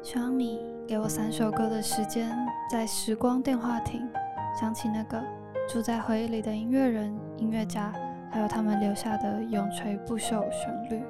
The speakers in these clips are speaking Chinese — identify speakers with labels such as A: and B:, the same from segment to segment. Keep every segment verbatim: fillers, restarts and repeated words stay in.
A: 希望你给我三首歌的时间，在时光电话亭想起那个住在回忆里的音乐人、音乐家，还有他们留下的永垂不朽旋律。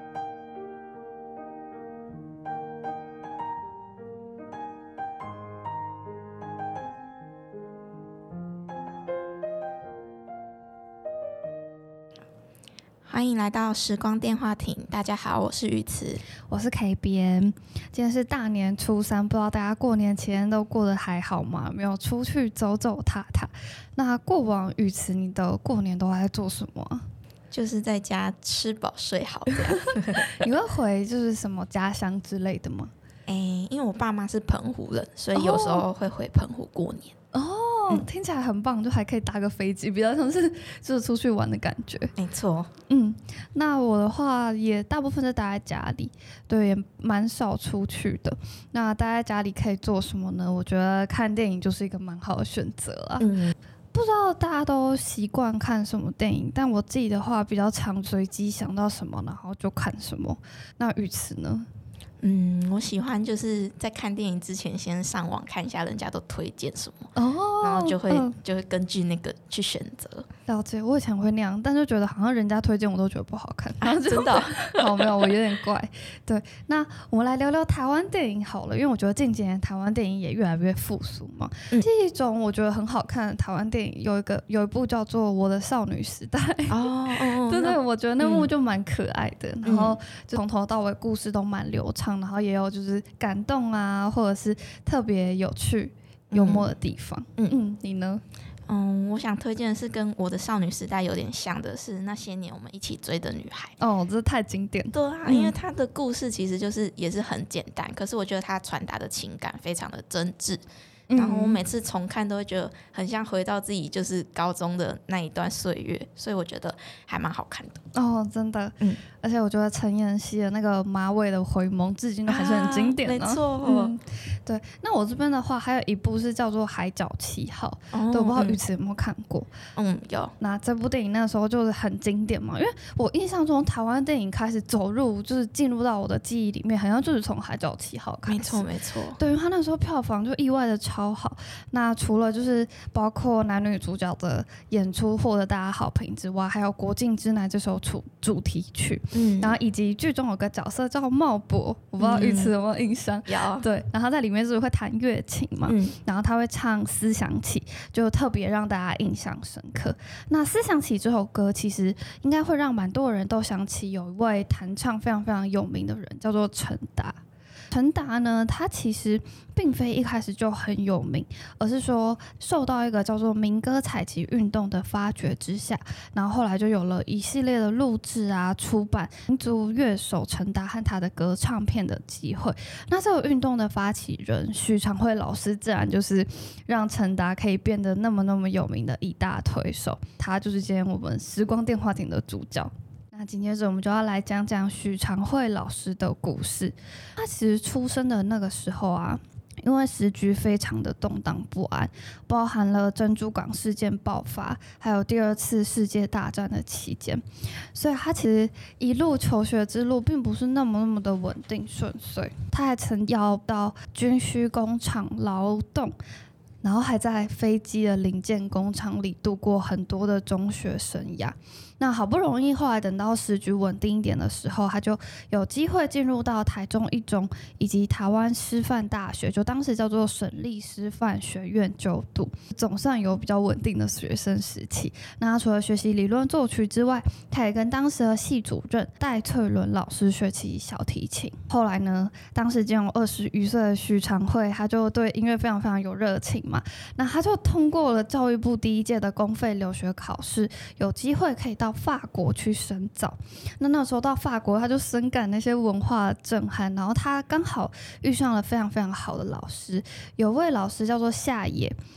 B: 欢迎来到时光电话亭，大家好，我是雨慈，
A: 我是 K B M。今天是大年初三，不知道大家过年期间都过得还好吗？没有出去走走踏踏？那过往雨慈，你的过年都在做什么啊？
B: 就是在家吃饱睡好这样。
A: 你会回就是什么家乡之类的吗？
B: 欸，因为我爸妈是澎湖人，所以有时候会回澎湖过年。
A: 哦，嗯、听起来很棒，就还可以搭个飞机，比较像是就是出去玩的感觉。
B: 没错，
A: 嗯，那我的话也大部分是待在家里，对，也蛮少出去的。那待在家里可以做什么呢？我觉得看电影就是一个蛮好的选择啦。
B: 嗯，
A: 不知道大家都习惯看什么电影，但我自己的话比较常随机想到什么，然后就看什么。那雨慈呢？
B: 嗯，我喜欢就是在看电影之前先上网看一下人家都推荐什么，
A: 哦，
B: 然后就会、
A: 嗯、
B: 就会根据那个去选择。
A: 了解，我以前会那样，但就觉得好像人家推荐我都觉得不好看，
B: 啊、真的、哦？
A: 好，没有，我有点怪。对，那我们来聊聊台湾电影好了，因为我觉得近几年台湾电影也越来越复苏嘛。嗯、第一种我觉得很好看的台湾电影有一个有一部叫做《我的少女时代》
B: 哦，哦
A: 对对，我觉得那部就蛮可爱的，
B: 嗯、
A: 然后就从头到尾故事都蛮流畅，然后也有就是感动啊，或者是特别有趣幽默的地方。嗯嗯，你呢？
B: 嗯，我想推荐的是跟我的少女时代有点像的是那些年我们一起追的女孩。
A: 哦，这太经典。
B: 对啊，因为她的故事其实就是也是很简单，可是我觉得她传达的情感非常的真挚。然后我每次重看都会觉得很像回到自己就是高中的那一段岁月，所以我觉得还蛮好看的。
A: 哦，真的，
B: 嗯，
A: 而且我觉得陈妍希的那个马尾的回眸，至今都还是很经典的、
B: 啊。没错、
A: 嗯，对。那我这边的话，还有一部是叫做《海角七号》，哦、对，我不知道雨慈有没有看过？
B: 嗯，有。
A: 那这部电影那时候就是很经典嘛，因为我印象中台湾电影开始走入，就是进入到我的记忆里面，好像就是从《海角七号》开始。
B: 没错，没错。
A: 对，因为他那时候票房就意外的超好。那除了就是包括男女主角的演出获得大家好评之外，还有《国境之南》这首主主题曲，嗯，然后以及剧中有个角色叫茂博，我不知道雨慈有没有印象？
B: 有、嗯。
A: 对，然后他在里面就是会弹乐琴嘛，嗯，然后他会唱《思想起》，就特别让大家印象深刻。那《思想起》这首歌其实应该会让蛮多人都想起有一位弹唱非常非常有名的人，叫做陈达。陈达呢，他其实并非一开始就很有名，而是说受到一个叫做民歌采集运动的发掘之下，然后后来就有了一系列的录制啊、出版民族乐手陈达和他的歌唱片的机会。那这个运动的发起人许长惠老师，自然就是让陈达可以变得那么那么有名的一大推手。他就是今天我们时光电话亭的主角。那紧接着我们就要来讲讲许长惠老师的故事。他其实出生的那个时候啊，因为时局非常的动荡不安，包含了珍珠港事件爆发，还有第二次世界大战的期间，所以他其实一路求学之路并不是那么那么的稳定顺遂。他还曾要到军需工厂劳动，然后还在飞机的零件工厂里度过很多的中学生涯。那好不容易后来等到时局稳定一点的时候，他就有机会进入到台中一中以及台湾师范大学，就当时叫做省立师范学院就读，总算有比较稳定的学生时期。那他除了学习理论作曲之外，他也跟当时的系主任戴翠伦老师学习小提琴。后来呢，当时只有二十余岁的许长惠，他就对音乐非常非常有热情嘛，那他就通过了教育部第一届的公费留学考试，有机会可以到到法国去深造。那那时候到法国，他就深感那些文化的震撼，然后他刚好遇上了非常非常好的老师，有位老师叫做夏野，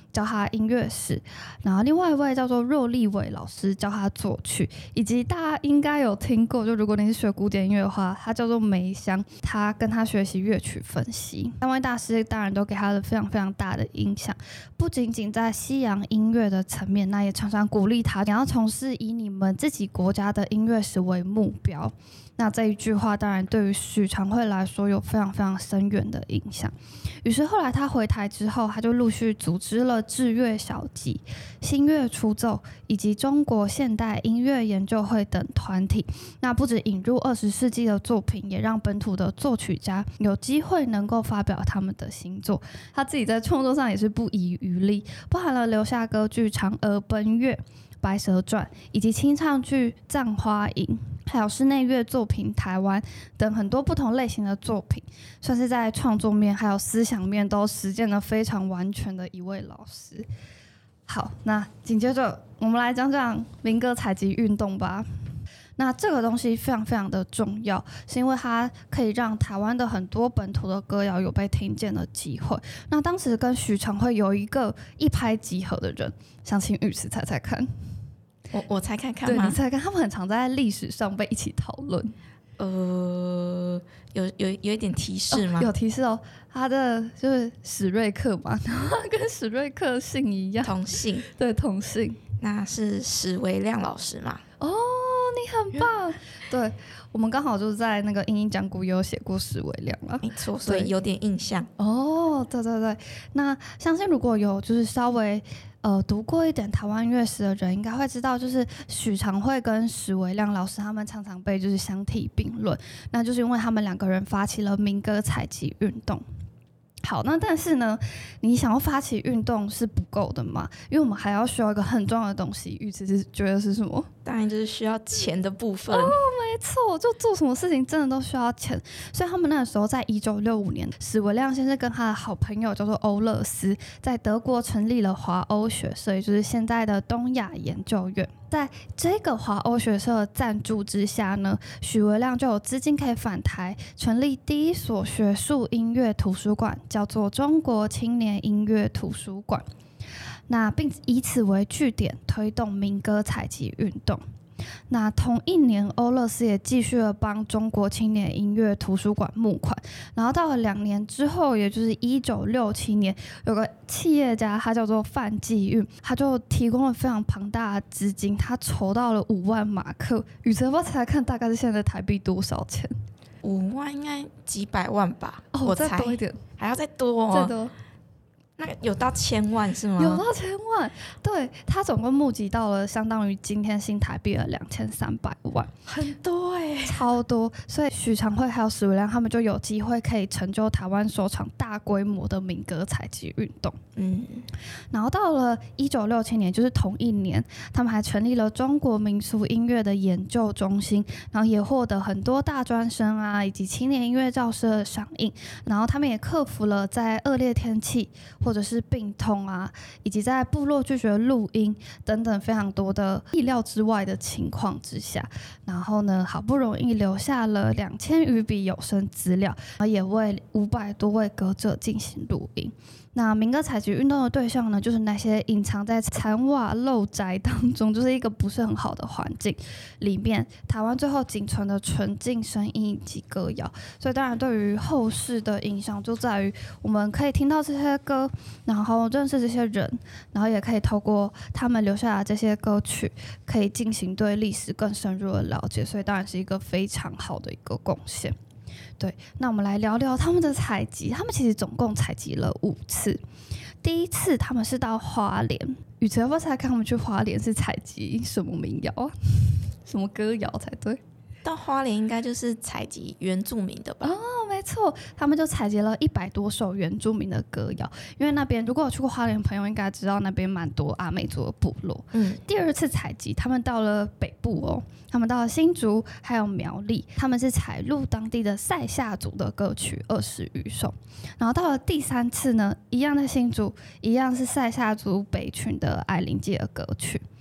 A: 教他音乐史，然后另外一位叫做骆立伟老师教他作曲，以及大家应该有听过，就如果你是学古典音乐的话，他叫做梅香，他跟他学习乐曲分析。三位大师当然都给他的非常非常大的影响，不仅仅在西洋音乐的层面，那也常常鼓励他你要从事以你们自己国家的音乐史为目标。那这一句话当然对于许长惠来说有非常非常深远的影响。于是后来他回台之后，他就陆续组织了智乐小集、新乐出奏以及中国现代音乐研究会等团体。那不止引入二十世纪的作品，也让本土的作曲家有机会能够发表他们的新作。他自己在创作上也是不遗余力，包含了留下歌剧《嫦娥奔月》、《白蛇传》以及清唱剧《葬花吟》，还有室内乐作品《台湾》等很多不同类型的作品，算是在创作面还有思想面都实践得非常完全的一位老师。好，那紧接着我们来讲讲民歌采集运动吧。那这个东西非常非常的重要，是因为它可以让台湾的很多本土的歌谣有被听见的机会。那当时跟许长惠有一个一拍即合的人，想请宇慈猜猜看。
B: 我我猜看看吗？
A: 对，你猜看，他们很常在历史上被一起讨论。
B: 呃，有有有一点提示吗？
A: 哦、有提示哦，他的就是史瑞克嘛，然后跟史瑞克姓一样，
B: 同姓，
A: 对，同姓。
B: 那是史维亮老师嘛？
A: 哦，你很棒。对，我们刚好就是在那个英英讲古也有写过史维亮了，
B: 没错，所以有点印象。
A: 哦，对对对，那相信如果有就是稍微呃读过一点台湾乐史的人，应该会知道，就是许长惠跟史维亮老师他们常常被就是相提并论，那就是因为他们两个人发起了民歌采集运动。好，那但是呢，你想要发起运动是不够的嘛？因为我们还要需要一个很重要的东西。宇慈是觉得是什么？
B: 当然就是需要钱的部分。
A: 哦，没错，就做什么事情真的都需要钱。所以他们那个时候在一九六五年，史维亮先生跟他的好朋友叫做欧勒斯，在德国成立了华欧学社，也就是现在的东亚研究院。在这个华欧学社的赞助之下呢，许维亮就有资金可以返台，成立第一所学术音乐图书馆，叫做中国青年音乐图书馆。那并以此为据点，推动民歌采集运动。那同一年，欧勒斯也继续了帮中国青年音乐图书馆募款，然后到了两年之后，也就是一九六七年，有个企业家他叫做范继运，他就提供了非常庞大的资金，他筹到了五万马克。宇哲，要不要猜猜看，大概是现在台币多少钱？
B: 五万应该几百万吧？
A: 哦，
B: 我猜
A: 再多一点，
B: 还要再多哦，
A: 再多。
B: 那个有到千万是吗？
A: 有到千万，对，他总共募集到了相当于今天新台币的两千三百万，
B: 很多哎、欸，
A: 超多。所以许长惠还有史维亮他们就有机会可以成就台湾首场大规模的民歌采集运动。嗯，然后到了一九六七年，就是同一年，他们还成立了中国民俗音乐的研究中心，然后也获得很多大专生啊以及青年音乐教师的赏印。然后他们也克服了在恶劣天气或者是病痛啊，以及在部落拒绝录音等等非常多的意料之外的情况之下，然后呢，好不容易留下了两千余笔有声资料，然后也为五百多位歌者进行录音。那民歌采集运动的对象呢，就是那些隐藏在残瓦陋宅当中，就是一个不是很好的环境里面，台湾最后仅存的纯净声音以及歌谣。所以当然对于后世的影响就在于我们可以听到这些歌，然后认识这些人，然后也可以透过他们留下来的这些歌曲，可以进行对历史更深入的了解。所以当然是一个非常好的一个贡献。对，那我们来聊聊他们的采集。他们其实总共采集了五次。第一次他们是到花莲，宇哲要不要猜看他们去花莲是采集什么民谣啊？什么歌谣才对？
B: 到花莲应该就是采集原住民的吧？
A: 哦，没错，他们就采集了一百多首原住民的歌谣。因为那边如果有去过花莲的朋友，应该知道那边蛮多阿美族的部落。嗯，第二次采集，他们到了北部哦，他们到了新竹还有苗栗，他们是采录当地的赛夏族的歌曲二十余首。然后到了第三次呢，一样在新竹，一样是赛夏族北群的爱灵界的歌曲。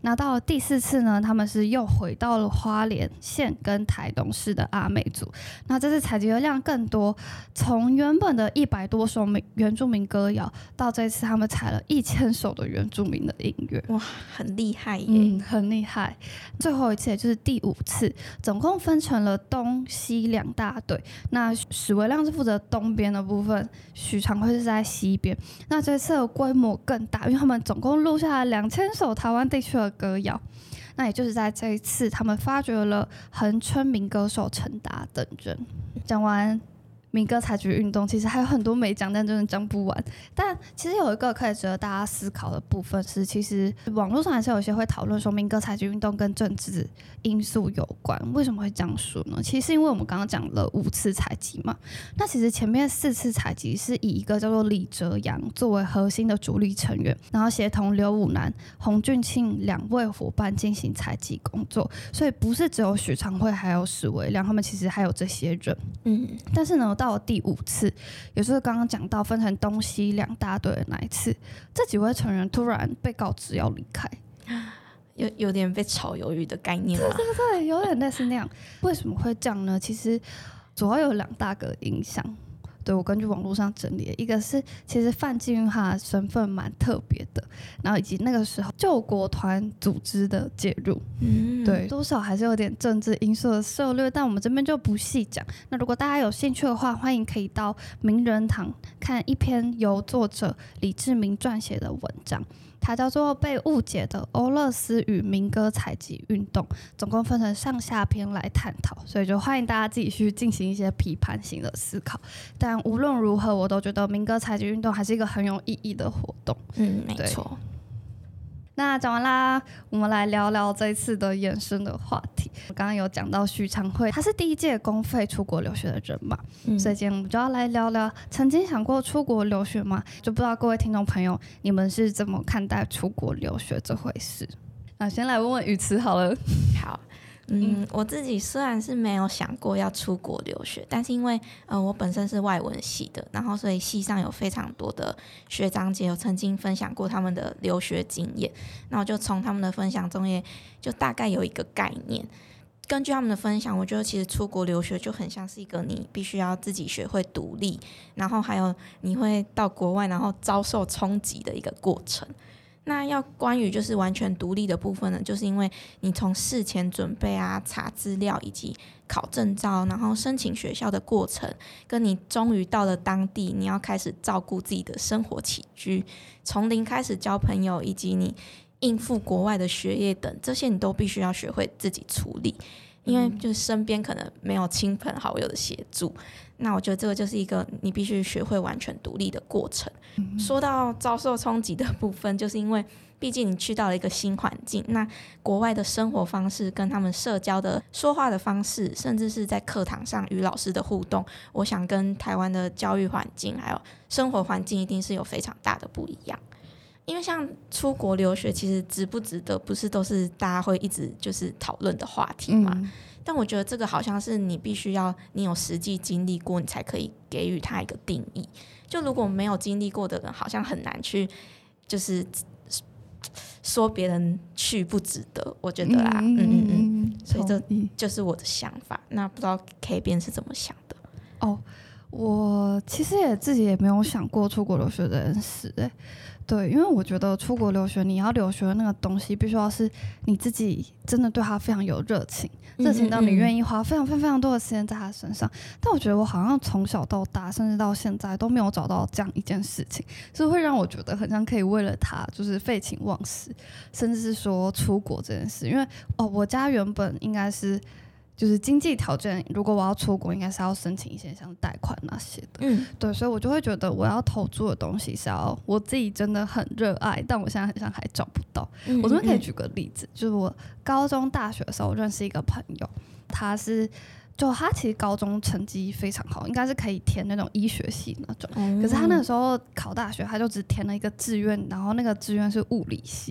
A: 那到了第四次呢，他们是又回到了花莲县跟台东市的阿美族。那这次采集的量更多，从原本的一百多首原住民歌谣，到这次他们采了一千首的原住民的音乐。
B: 哇，很厉害耶！
A: 嗯，很厉害。最后一次也就是第五次，总共分成了东西两大队。那史维亮是负责东边的部分，许长辉是在西边。那这次的规模更大，因为他们总共录下来两千首台湾地区的歌谣。那也就是在这一次，他们发掘了恒春民歌手陈达等人。讲完民歌采集运动，其实还有很多没讲，但真的讲不完。但其实有一个可以值得大家思考的部分是，其实网络上还是有一些会讨论说，民歌采集运动跟政治因素有关。为什么会这样说呢？其实是因为我们刚刚讲了五次采集嘛，那其实前面四次采集是以一个叫做李哲阳作为核心的主力成员，然后协同刘武南、洪俊庆两位伙伴进行采集工作，所以不是只有许长辉还有史维亮，他们其实还有这些人。嗯，但是呢，到了第五次，也就是刚刚讲到分成东西两大队的那一次，这几位成员突然被告知要离开，
B: 有有点被炒鱿鱼的概念吗？
A: 对对对，有点类似那样。为什么会这样呢？其实主要有两大个影响。对，我根据网络上整理的，一个是其实范季运他的身份蛮特别的，然后以及那个时候救国团组织的介入，嗯，对，多少还是有点政治因素的涉略，但我们这边就不细讲。那如果大家有兴趣的话，欢迎可以到名人堂看一篇由作者李志明撰写的文章。它叫做《被误解的欧勒斯与民歌采集运动》，总共分成上下篇来探讨，所以就欢迎大家自己去进行一些批判性的思考。但无论如何，我都觉得民歌采集运动还是一个很有意义的活动。
B: 嗯，没错。
A: 那讲完啦，我们来聊聊这一次的衍生的话题。我刚刚有讲到许长辉，他是第一届公费出国留学的人嘛，嗯、所以今天我们就要来聊聊曾经想过出国留学吗？就不知道各位听众朋友，你们是怎么看待出国留学这回事？那先来问问宇慈好了。
B: 好。嗯，我自己虽然是没有想过要出国留学，但是因为呃我本身是外文系的，然后所以系上有非常多的学长姐有曾经分享过他们的留学经验，那我就从他们的分享中也就大概有一个概念。根据他们的分享，我觉得其实出国留学就很像是一个你必须要自己学会独立，然后还有你会到国外然后遭受冲击的一个过程。那要关于就是完全独立的部分呢，就是因为你从事前准备啊、查资料以及考证照，然后申请学校的过程，跟你终于到了当地，你要开始照顾自己的生活起居，从零开始交朋友，以及你应付国外的学业等，这些你都必须要学会自己处理，因为就是身边可能没有亲朋好友的协助。那我觉得这个就是一个你必须学会完全独立的过程。嗯、说到遭受冲击的部分，就是因为毕竟你去到了一个新环境，那国外的生活方式跟他们社交的说话的方式，甚至是在课堂上与老师的互动，我想跟台湾的教育环境还有生活环境一定是有非常大的不一样。因为像出国留学其实值不值得不是都是大家会一直就是讨论的话题嘛、嗯、但我觉得这个好像是你必须要你有实际经历过你才可以给予它一个定义，就如果没有经历过的人好像很难去就是说别人去不值得，我觉得啦嗯嗯嗯，所以这就是我的想法。那不知道 K 边是怎么想的？
A: 哦，我其实也自己也没有想过出国留学这件事、欸对，因为我觉得出国留学，你要留学的那个东西，必须要是你自己真的对他非常有热情，热情到你愿意花非常非常非常多的时间在他身上。但我觉得我好像从小到大，甚至到现在都没有找到这样一件事情，所以会让我觉得很像可以为了他就是废寝忘食，甚至是说出国这件事。因为哦，我家原本应该是。就是经济条件，如果我要出国，应该是要申请一些像贷款那些的，嗯，对，所以我就会觉得我要投注的东西是要我自己真的很热爱，但我现在好像还找不到。嗯嗯嗯我这边可以举个例子，就是我高中、大学的时候认识一个朋友，他是。就他其实高中成绩非常好，应该是可以填那种医学系那种，嗯、可是他那个时候考大学，他就只填了一个志愿，然后那个志愿是物理系。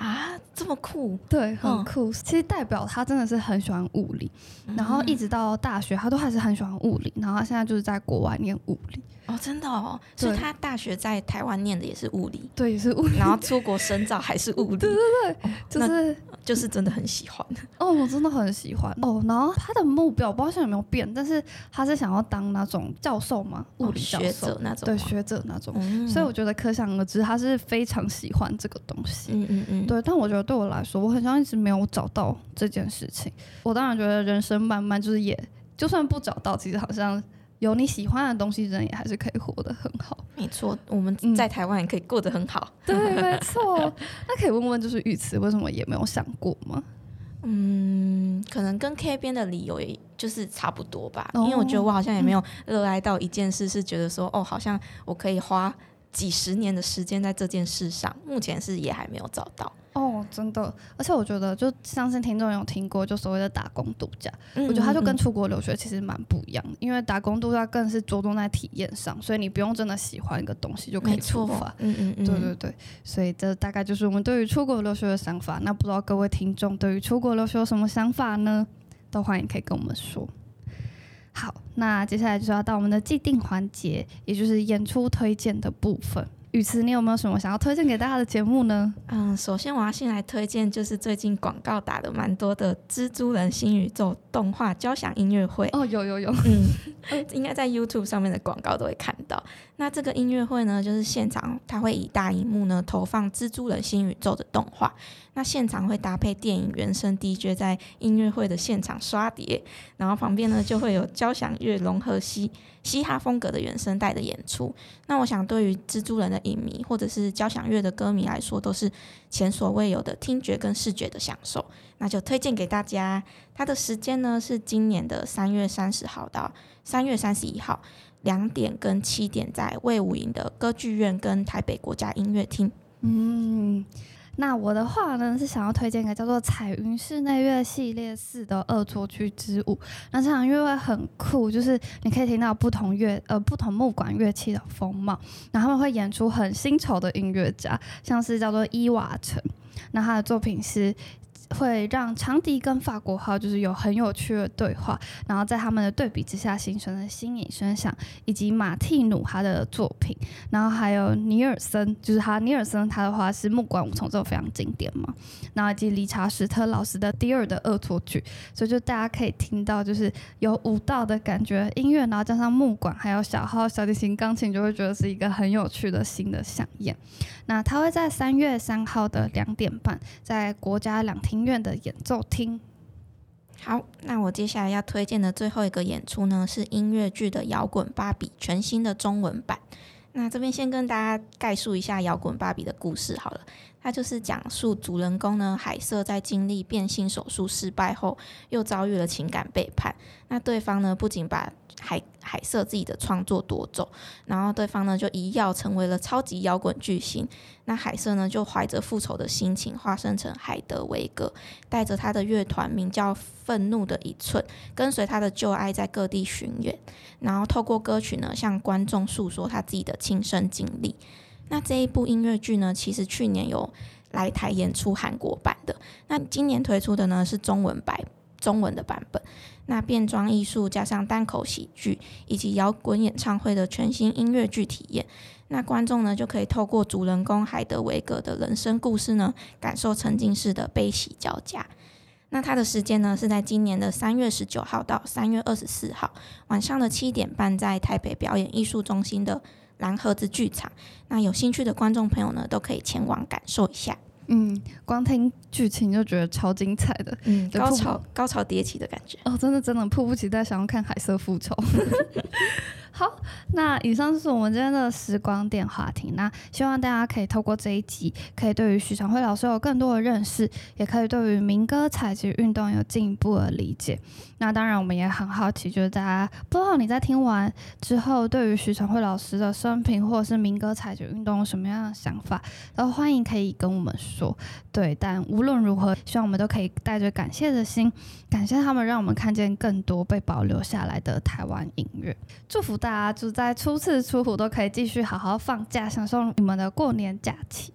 B: 啊，这么酷。
A: 对，很酷、嗯、其实代表他真的是很喜欢物理、嗯、然后一直到大学他都还是很喜欢物理，然后他现在就是在国外念物理。
B: 哦，真的哦，所以他大学在台湾念的也是物理。
A: 对，也是物理，
B: 然后出国深造还是物理。
A: 对对对、哦、就是
B: 就是真的很喜欢。
A: 哦，我真的很喜欢哦。然后他的目标我不知道现在有没有变，但是他是想要当那种教授嘛，物理教授、哦、
B: 学者那种。
A: 对，学者那种、嗯、所以我觉得可想而知他是非常喜欢这个东西。
B: 嗯嗯嗯，
A: 对，但我觉得对我来说我很像一直没有找到这件事情。我当然觉得人生慢慢就是也就算不找到，其实好像有你喜欢的东西，人也还是可以活得很好。
B: 没错，我们在台湾也可以过得很好。
A: 嗯、对，没错。那可以问问，就是玉慈为什么也没有想过吗？
B: 嗯，可能跟 K 边的理由也就是差不多吧、哦、因为我觉得我好像也没有热爱到一件事，是觉得说、嗯、哦，好像我可以花几十年的时间在这件事上，目前是也还没有找到。
A: 哦，真的，而且我觉得就相信听众有听过就所谓的打工度假、嗯、我觉得它就跟出国留学其实蛮不一样的，因为打工度假更是着重在体验上，所以你不用真的喜欢一个东西就可以出发。
B: 嗯嗯嗯，
A: 对对对，所以这大概就是我们对于出国留学的想法。那不知道各位听众对于出国留学有什么想法呢？都欢迎可以跟我们说。好，那接下来就是要到我们的既定环节，也就是演出推荐的部分。宇慈，你有没有什么想要推荐给大家的节目呢？
B: 嗯，首先我要先来推荐，就是最近广告打的蛮多的《蜘蛛人新宇宙》动画交响音乐会。
A: 哦，有有有，
B: 嗯，应该在 YouTube 上面的广告都会看到。那这个音乐会呢，就是现场它会以大荧幕呢投放《蜘蛛人新宇宙》的动画，那现场会搭配电影原声 D J 在音乐会的现场刷碟，然后旁边呢就会有交响乐融合嘻嘻哈风格的原声带的演出。那我想对于蜘蛛人的影迷或者是交响乐的歌迷来说，都是前所未有的听觉跟视觉的享受，那就推荐给大家。它的时间呢是今年的三月三十号到三月三十一号，两点跟七点在卫武营的歌剧院跟台北国家音乐厅。
A: 嗯，那我的话呢是想要推荐一个叫做彩云室内乐系列四的恶作剧之舞。那这场音乐会很酷，就是你可以听到不同乐呃不同木管乐器的风貌，然后他们会演出很新潮的音乐家，像是叫做伊瓦城，那他的作品是会让长笛跟法国号就是有很有趣的对话，然后在他们的对比之下形成了新颖声响，以及马蒂努他的作品，然后还有尼尔森，就是他尼尔森他的话是木管五重奏非常经典嘛，然后以及理查史特劳斯的第二的恶作剧，所以就大家可以听到就是有舞蹈的感觉音乐，然后加上木管还有小号小提琴钢琴，就会觉得是一个很有趣的新的响宴。那他会在三月三号的两点半在国家两厅院的演奏厅。
B: 好，那我接下来要推荐的最后一个演出呢，是音乐剧的《摇滚芭比》全新的中文版。那这边先跟大家概述一下摇滚芭比的故事好了。它就是讲述主人公呢海瑟在经历变性手术失败后，又遭遇了情感背叛。那对方呢不仅把海海瑟自己的创作夺走，然后对方呢就一跃成为了超级摇滚巨星。那海瑟呢就怀着复仇的心情化身成海德维格，带着他的乐团名叫愤怒的一寸，跟随他的旧爱在各地巡演，然后透过歌曲呢向观众诉说他自己的亲身经历。那这一部音乐剧呢，其实去年有来台演出韩国版的，那今年推出的呢是中文版中文的版本。那变装艺术加上单口喜剧以及摇滚演唱会的全新音乐剧体验，那观众呢就可以透过主人公海德维格的人生故事呢，感受沉浸式的悲喜交加。那它的时间呢是在今年的三月十九号到三月二十四号晚上的七点半，在台北表演艺术中心的蓝盒子剧场。那有兴趣的观众朋友呢，都可以前往感受一下。
A: 嗯，光听剧情就觉得超精彩的，
B: 嗯，高潮高潮迭起的感觉
A: 哦，真的真的迫不及待想要看海瑟复仇。好，那以上就是我们今天的时光电话亭。那希望大家可以透过这一集，可以对于许常惠老师有更多的认识，也可以对于民歌采集运动有进一步的理解。那当然，我们也很好奇，就是大家不知道你在听完之后，对于许常惠老师的生平或者是民歌采集运动有什么样的想法，都欢迎可以跟我们说。对，但无论如何，希望我们都可以带着感谢的心，感谢他们，让我们看见更多被保留下来的台湾音乐。祝福大家就在初次出虎都可以继续好好放假，享受你们的过年假期。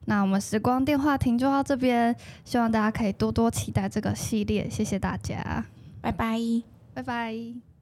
A: 那我们时光电话亭就到这边，希望大家可以多多期待这个系列，谢谢大家，
B: 拜拜，
A: 拜拜。